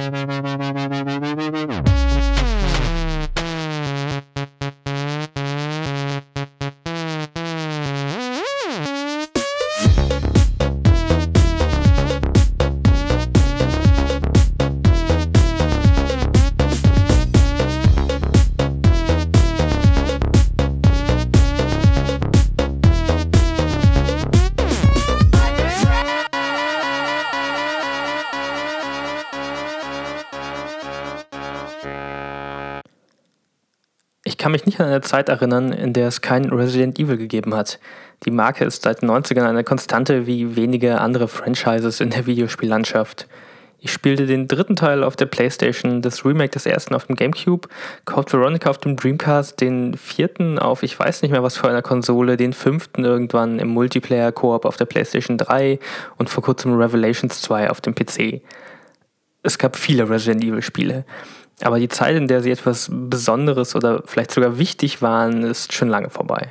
Ich kann mich nicht an eine Zeit erinnern, in der es kein Resident Evil gegeben hat. Die Marke ist seit den 90ern eine Konstante wie wenige andere Franchises in der Videospiellandschaft. Ich spielte den dritten Teil auf der Playstation, das Remake des ersten auf dem Gamecube, Code Veronica auf dem Dreamcast, den vierten auf ich weiß nicht mehr was für einer Konsole, den fünften irgendwann im Multiplayer-Koop auf der Playstation 3 und vor kurzem Revelations 2 auf dem PC. Es gab viele Resident Evil Spiele. Aber die Zeit, in der sie etwas Besonderes oder vielleicht sogar wichtig waren, ist schon lange vorbei.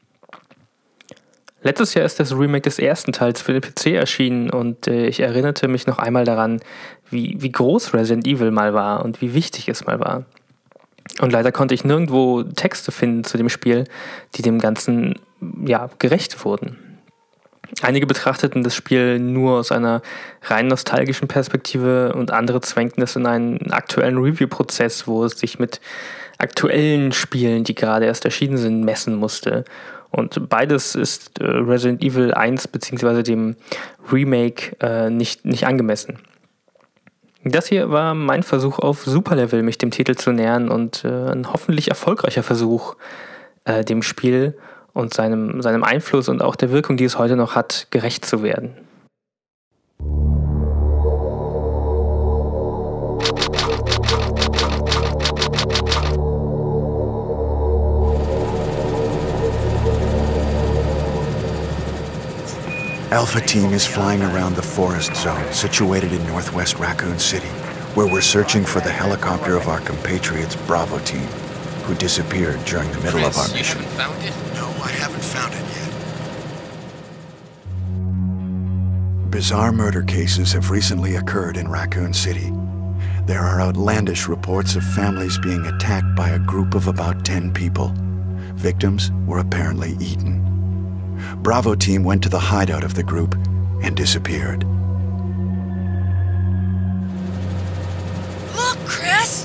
Letztes Jahr ist das Remake des ersten Teils für den PC erschienen und ich erinnerte mich noch einmal daran, wie groß Resident Evil mal war und wie wichtig es mal war. Und leider konnte ich nirgendwo Texte finden zu dem Spiel, die dem Ganzen gerecht wurden. Einige betrachteten das Spiel nur aus einer rein nostalgischen Perspektive und andere zwängten es in einen aktuellen Review-Prozess, wo es sich mit aktuellen Spielen, die gerade erst erschienen sind, messen musste. Und beides ist Resident Evil 1 bzw. dem Remake nicht angemessen. Das hier war mein Versuch auf Superlevel, mich dem Titel zu nähern und ein hoffentlich erfolgreicher Versuch, dem Spiel und seinem Einfluss und auch der Wirkung, die es heute noch hat, gerecht zu werden. Alpha Team is flying around the forest zone situated in northwest Raccoon City, where we're searching for the helicopter of our compatriots Bravo Team, who disappeared during the middle of our mission. You haven't found it? No, I haven't found it yet. Bizarre murder cases have recently occurred in Raccoon City. There are outlandish reports of families being attacked by a group of about 10 people. Victims were apparently eaten. Bravo Team went to the hideout of the group and disappeared. Look, Chris!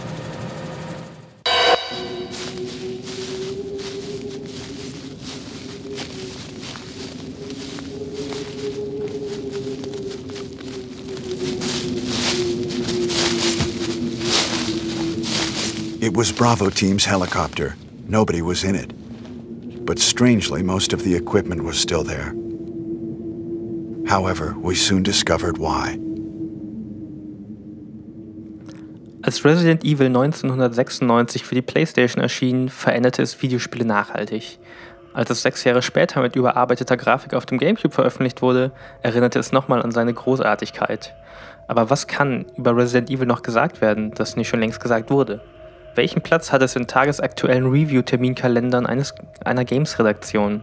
It was Bravo Team's helicopter. Nobody was in it. But strangely, most of the equipment was still there. However, we soon discovered why. Als Resident Evil 1996 für die PlayStation erschien, veränderte es Videospiele nachhaltig. Als es 6 Jahre später mit überarbeiteter Grafik auf dem Gamecube veröffentlicht wurde, erinnerte es nochmal an seine Großartigkeit. Aber was kann über Resident Evil noch gesagt werden, das nicht schon längst gesagt wurde? Welchen Platz hat es in tagesaktuellen Review-Terminkalendern einer Games-Redaktion?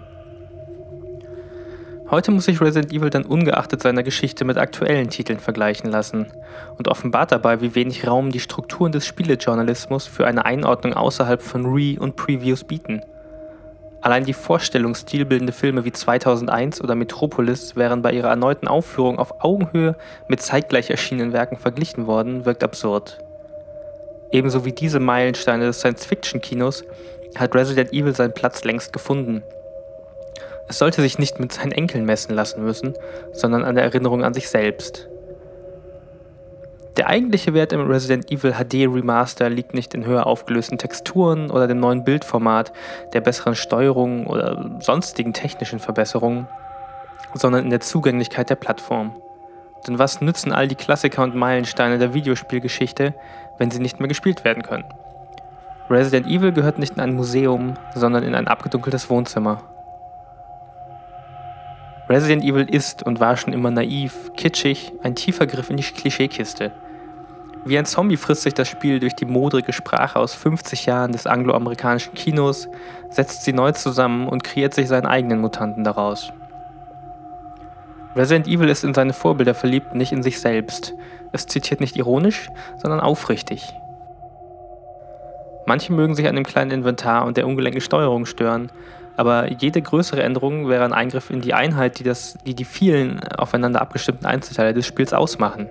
Heute muss sich Resident Evil dann ungeachtet seiner Geschichte mit aktuellen Titeln vergleichen lassen und offenbart dabei, wie wenig Raum die Strukturen des Spielejournalismus für eine Einordnung außerhalb von und Previews bieten. Allein die Vorstellung stilbildende Filme wie 2001 oder Metropolis wären bei ihrer erneuten Aufführung auf Augenhöhe mit zeitgleich erschienenen Werken verglichen worden, wirkt absurd. Ebenso wie diese Meilensteine des Science-Fiction-Kinos hat Resident Evil seinen Platz längst gefunden. Es sollte sich nicht mit seinen Enkeln messen lassen müssen, sondern an der Erinnerung an sich selbst. Der eigentliche Wert im Resident Evil HD Remaster liegt nicht in höher aufgelösten Texturen oder dem neuen Bildformat, der besseren Steuerung oder sonstigen technischen Verbesserungen, sondern in der Zugänglichkeit der Plattform. Denn was nützen all die Klassiker und Meilensteine der Videospielgeschichte, wenn sie nicht mehr gespielt werden können? Resident Evil gehört nicht in ein Museum, sondern in ein abgedunkeltes Wohnzimmer. Resident Evil ist und war schon immer naiv, kitschig, ein tiefer Griff in die Klischeekiste. Wie ein Zombie frisst sich das Spiel durch die modrige Sprache aus 50 Jahren des angloamerikanischen Kinos, setzt sie neu zusammen und kreiert sich seinen eigenen Mutanten daraus. Resident Evil ist in seine Vorbilder verliebt, nicht in sich selbst. Es zitiert nicht ironisch, sondern aufrichtig. Manche mögen sich an dem kleinen Inventar und der ungelenken Steuerung stören, aber jede größere Änderung wäre ein Eingriff in die Einheit, die die vielen aufeinander abgestimmten Einzelteile des Spiels ausmachen.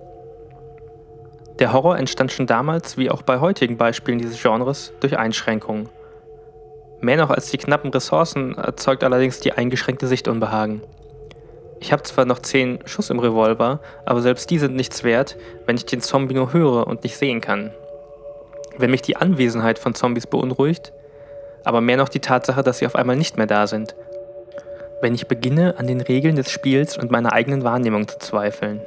Der Horror entstand schon damals, wie auch bei heutigen Beispielen dieses Genres, durch Einschränkungen. Mehr noch als die knappen Ressourcen erzeugt allerdings die eingeschränkte Sichtunbehagen. Ich habe zwar noch 10 Schuss im Revolver, aber selbst die sind nichts wert, wenn ich den Zombie nur höre und nicht sehen kann. Wenn mich die Anwesenheit von Zombies beunruhigt, aber mehr noch die Tatsache, dass sie auf einmal nicht mehr da sind. Wenn ich beginne, an den Regeln des Spiels und meiner eigenen Wahrnehmung zu zweifeln.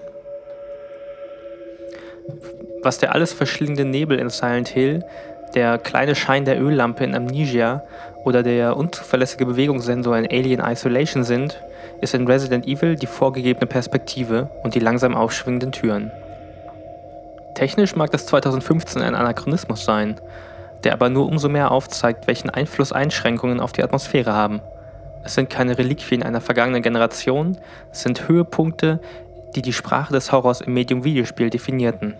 Was der alles verschlingende Nebel in Silent Hill, der kleine Schein der Öllampe in Amnesia oder der unzuverlässige Bewegungssensor in Alien Isolation sind, ist in Resident Evil die vorgegebene Perspektive und die langsam aufschwingenden Türen. Technisch mag das 2015 ein Anachronismus sein, der aber nur umso mehr aufzeigt, welchen Einfluss Einschränkungen auf die Atmosphäre haben. Es sind keine Reliquien einer vergangenen Generation, es sind Höhepunkte, die die Sprache des Horrors im Medium Videospiel definierten.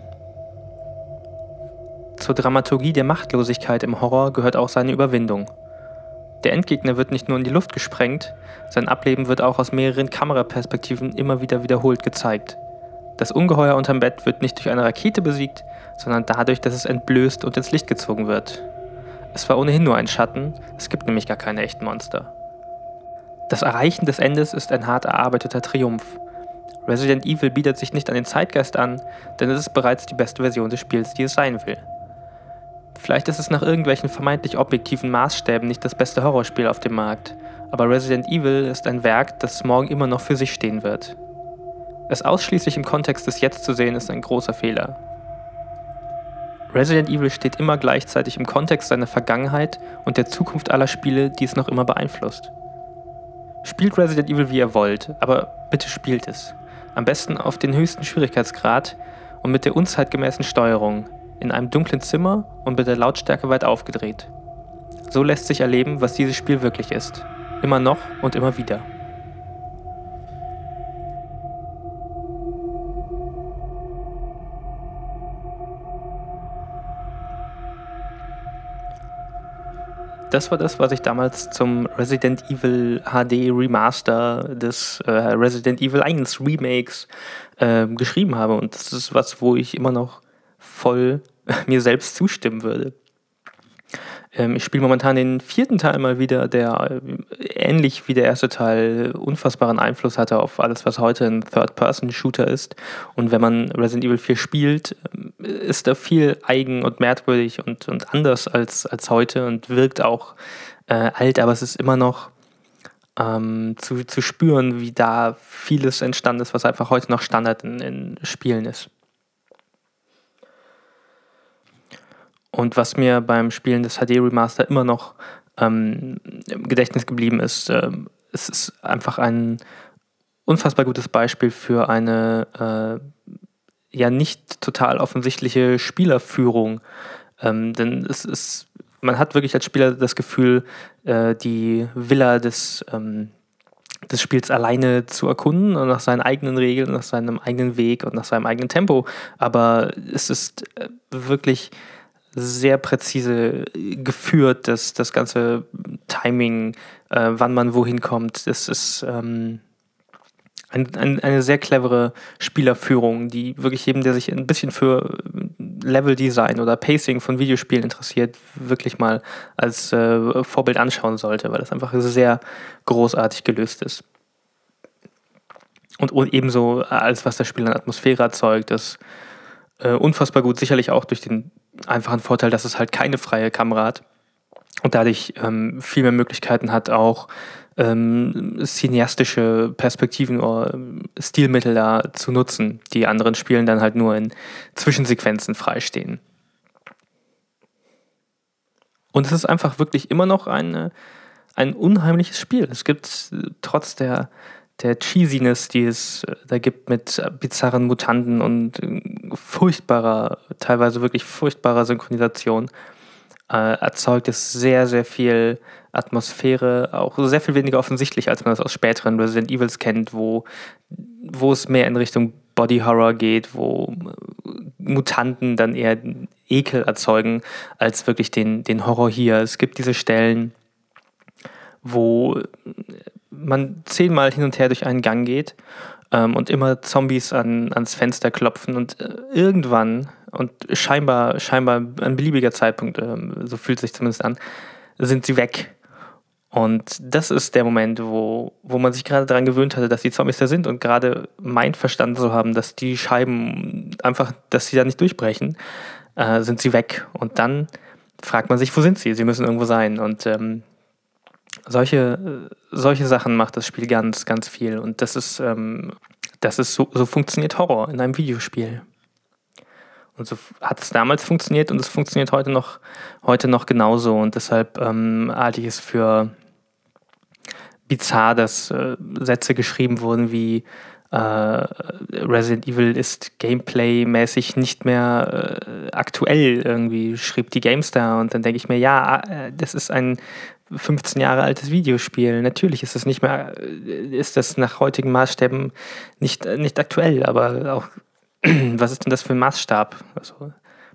Zur Dramaturgie der Machtlosigkeit im Horror gehört auch seine Überwindung. Der Endgegner wird nicht nur in die Luft gesprengt, sein Ableben wird auch aus mehreren Kameraperspektiven immer wieder wiederholt gezeigt. Das Ungeheuer unterm Bett wird nicht durch eine Rakete besiegt, sondern dadurch, dass es entblößt und ins Licht gezogen wird. Es war ohnehin nur ein Schatten, es gibt nämlich gar keine echten Monster. Das Erreichen des Endes ist ein hart erarbeiteter Triumph. Resident Evil bietet sich nicht an den Zeitgeist an, denn es ist bereits die beste Version des Spiels, die es sein will. Vielleicht ist es nach irgendwelchen vermeintlich objektiven Maßstäben nicht das beste Horrorspiel auf dem Markt, aber Resident Evil ist ein Werk, das morgen immer noch für sich stehen wird. Es ausschließlich im Kontext des Jetzt zu sehen, ist ein großer Fehler. Resident Evil steht immer gleichzeitig im Kontext seiner Vergangenheit und der Zukunft aller Spiele, die es noch immer beeinflusst. Spielt Resident Evil wie ihr wollt, aber bitte spielt es. Am besten auf den höchsten Schwierigkeitsgrad und mit der unzeitgemäßen Steuerung, in einem dunklen Zimmer und mit der Lautstärke weit aufgedreht. So lässt sich erleben, was dieses Spiel wirklich ist. Immer noch und immer wieder. Das war das, was ich damals zum Resident Evil HD Remaster des Resident Evil 1 Remakes geschrieben habe. Und das ist was, wo ich immer noch voll mir selbst zustimmen würde. Ich spiele momentan den 4. Teil mal wieder, der ähnlich wie der erste Teil unfassbaren Einfluss hatte auf alles, was heute ein Third-Person-Shooter ist. Und wenn man Resident Evil 4 spielt, ist er viel eigen und merkwürdig und anders als heute und wirkt auch alt, aber es ist immer noch zu spüren, wie da vieles entstanden ist, was einfach heute noch Standard in Spielen ist. Und was mir beim Spielen des HD-Remaster immer noch im Gedächtnis geblieben ist, es ist einfach ein unfassbar gutes Beispiel für eine ja nicht total offensichtliche Spielerführung. Denn man hat wirklich als Spieler das Gefühl, die Villa des Spiels alleine zu erkunden und nach seinen eigenen Regeln, nach seinem eigenen Weg und nach seinem eigenen Tempo. Aber es ist wirklich sehr präzise geführt, das ganze Timing, wann man wohin kommt. Es ist eine sehr clevere Spielerführung, die wirklich jedem, der sich ein bisschen für Leveldesign oder Pacing von Videospielen interessiert, wirklich mal als Vorbild anschauen sollte, weil das einfach sehr großartig gelöst ist. Und ebenso als was das Spiel an Atmosphäre erzeugt, das unfassbar gut, sicherlich auch durch den einfachen Vorteil, dass es halt keine freie Kamera hat und dadurch viel mehr Möglichkeiten hat, auch cineastische Perspektiven oder Stilmittel da zu nutzen, die anderen Spielen dann halt nur in Zwischensequenzen freistehen. Und es ist einfach wirklich immer noch ein unheimliches Spiel. Es gibt trotz der Cheesiness, die es da gibt mit bizarren Mutanten und teilweise wirklich furchtbarer Synchronisation, erzeugt es sehr, sehr viel Atmosphäre, auch sehr viel weniger offensichtlich, als man das aus späteren Resident Evils kennt, wo es mehr in Richtung Body Horror geht, wo Mutanten dann eher Ekel erzeugen, als wirklich den Horror hier. Es gibt diese Stellen, wo man 10-mal hin und her durch einen Gang geht und immer Zombies ans Fenster klopfen und irgendwann, und scheinbar ein beliebiger Zeitpunkt, so fühlt es sich zumindest an, sind sie weg. Und das ist der Moment, wo man sich gerade daran gewöhnt hatte, dass die Zombies da sind und gerade meint verstanden zu haben, dass die Scheiben einfach, dass sie da nicht durchbrechen, sind sie weg. Und dann fragt man sich, wo sind sie? Sie müssen irgendwo sein. Und solche Sachen macht das Spiel ganz, ganz viel. Und das ist so funktioniert Horror in einem Videospiel. Und so hat es damals funktioniert und es funktioniert heute noch genauso. Und deshalb halte ich es für bizarr, dass Sätze geschrieben wurden wie Resident Evil ist gameplay-mäßig nicht mehr aktuell, irgendwie schrieb die GameStar. Und dann denke ich mir, ja, das ist ein 15 Jahre altes Videospiel. Natürlich ist das nach heutigen Maßstäben nicht aktuell, aber auch, was ist denn das für ein Maßstab? Also,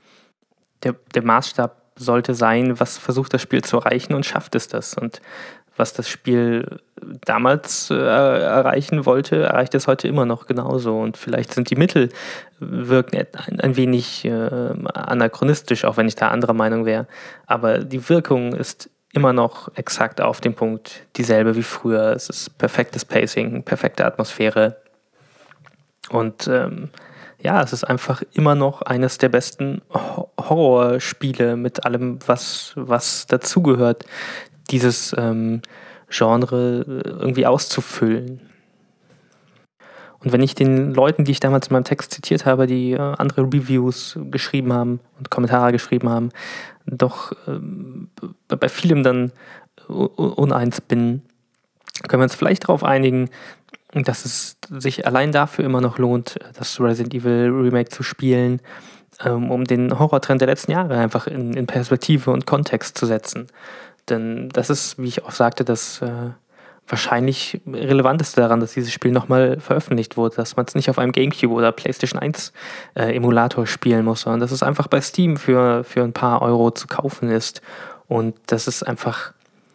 der Maßstab sollte sein, was versucht das Spiel zu erreichen und schafft es das. Und was das Spiel damals erreichen wollte, erreicht es heute immer noch genauso. Und vielleicht sind die Mittel, wirken ein wenig anachronistisch, auch wenn ich da anderer Meinung wäre. Aber die Wirkung ist immer noch exakt auf dem Punkt dieselbe wie früher. Es ist perfektes Pacing, perfekte Atmosphäre. Und es ist einfach immer noch eines der besten Horrorspiele mit allem, was dazugehört, dieses Genre irgendwie auszufüllen. Und wenn ich den Leuten, die ich damals in meinem Text zitiert habe, die andere Reviews geschrieben haben und Kommentare geschrieben haben, doch bei vielem dann uneins bin, können wir uns vielleicht darauf einigen, dass es sich allein dafür immer noch lohnt, das Resident Evil Remake zu spielen, um den Horrortrend der letzten Jahre einfach in Perspektive und Kontext zu setzen. Denn das ist, wie ich auch sagte, das wahrscheinlich Relevanteste daran, dass dieses Spiel nochmal veröffentlicht wurde, dass man es nicht auf einem Gamecube oder PlayStation 1 Emulator spielen muss, sondern dass es einfach bei Steam für ein paar Euro zu kaufen ist. Und dass es einfach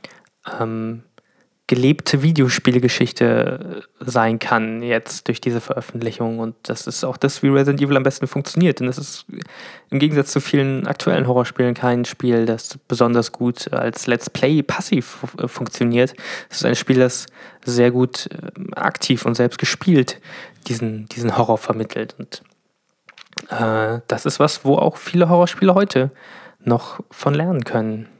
gelebte Videospielgeschichte sein kann jetzt durch diese Veröffentlichung. Und das ist auch das, wie Resident Evil am besten funktioniert. Denn es ist im Gegensatz zu vielen aktuellen Horrorspielen kein Spiel, das besonders gut als Let's Play passiv funktioniert. Es ist ein Spiel, das sehr gut aktiv und selbst gespielt diesen Horror vermittelt. Und das ist was, wo auch viele Horrorspiele heute noch von lernen können.